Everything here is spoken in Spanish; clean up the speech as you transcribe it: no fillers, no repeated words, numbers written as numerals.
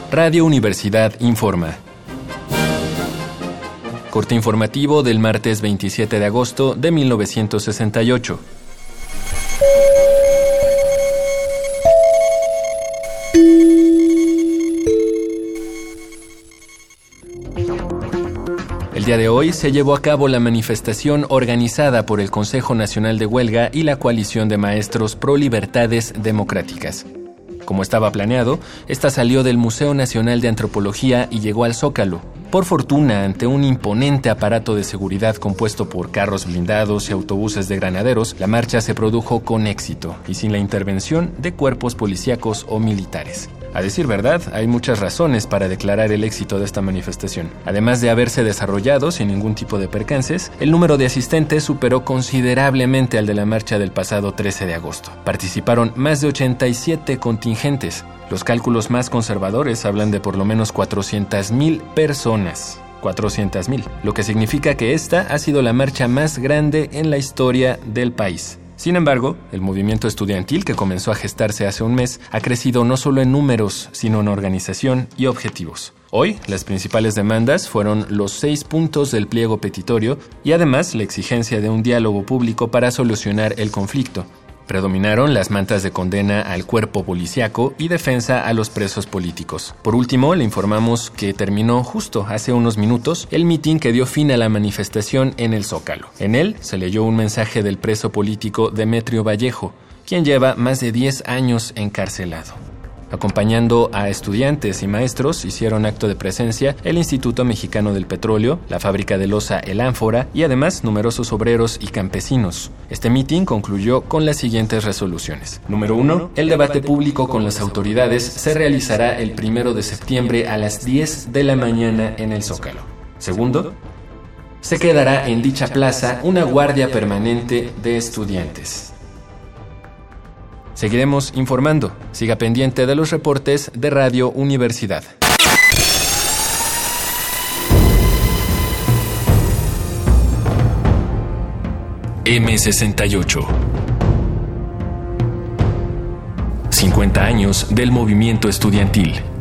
Radio Universidad informa. Corte informativo del martes 27 de agosto de 1968. El día de hoy se llevó a cabo la manifestación organizada por el Consejo Nacional de Huelga y la Coalición de Maestros Pro Libertades Democráticas. Como estaba planeado, esta salió del Museo Nacional de Antropología y llegó al Zócalo. Por fortuna, ante un imponente aparato de seguridad compuesto por carros blindados y autobuses de granaderos, la marcha se produjo con éxito y sin la intervención de cuerpos policíacos o militares. A decir verdad, hay muchas razones para declarar el éxito de esta manifestación. Además de haberse desarrollado sin ningún tipo de percances, el número de asistentes superó considerablemente al de la marcha del pasado 13 de agosto. Participaron más de 87 contingentes. Los cálculos más conservadores hablan de por lo menos 400,000 personas. 400,000, lo que significa que esta ha sido la marcha más grande en la historia del país. Sin embargo, el movimiento estudiantil que comenzó a gestarse hace un mes ha crecido no solo en números, sino en organización y objetivos. Hoy, las principales demandas fueron los 6 puntos del pliego petitorio y además la exigencia de un diálogo público para solucionar el conflicto. Predominaron las mantas de condena al cuerpo policíaco y defensa a los presos políticos. Por último, le informamos que terminó justo hace unos minutos el mitin que dio fin a la manifestación en el Zócalo. En él se leyó un mensaje del preso político Demetrio Vallejo, quien lleva más de 10 años encarcelado. Acompañando a estudiantes y maestros, hicieron acto de presencia el Instituto Mexicano del Petróleo, la fábrica de loza El Ánfora y además numerosos obreros y campesinos. Este mitin concluyó con las siguientes resoluciones. Número 1. El debate público con las autoridades se realizará el 1 de septiembre a las 10 de la mañana en el Zócalo. Segundo, se quedará en dicha plaza una guardia permanente de estudiantes. Seguiremos informando. Siga pendiente de los reportes de Radio Universidad. M68. 50 años del movimiento estudiantil.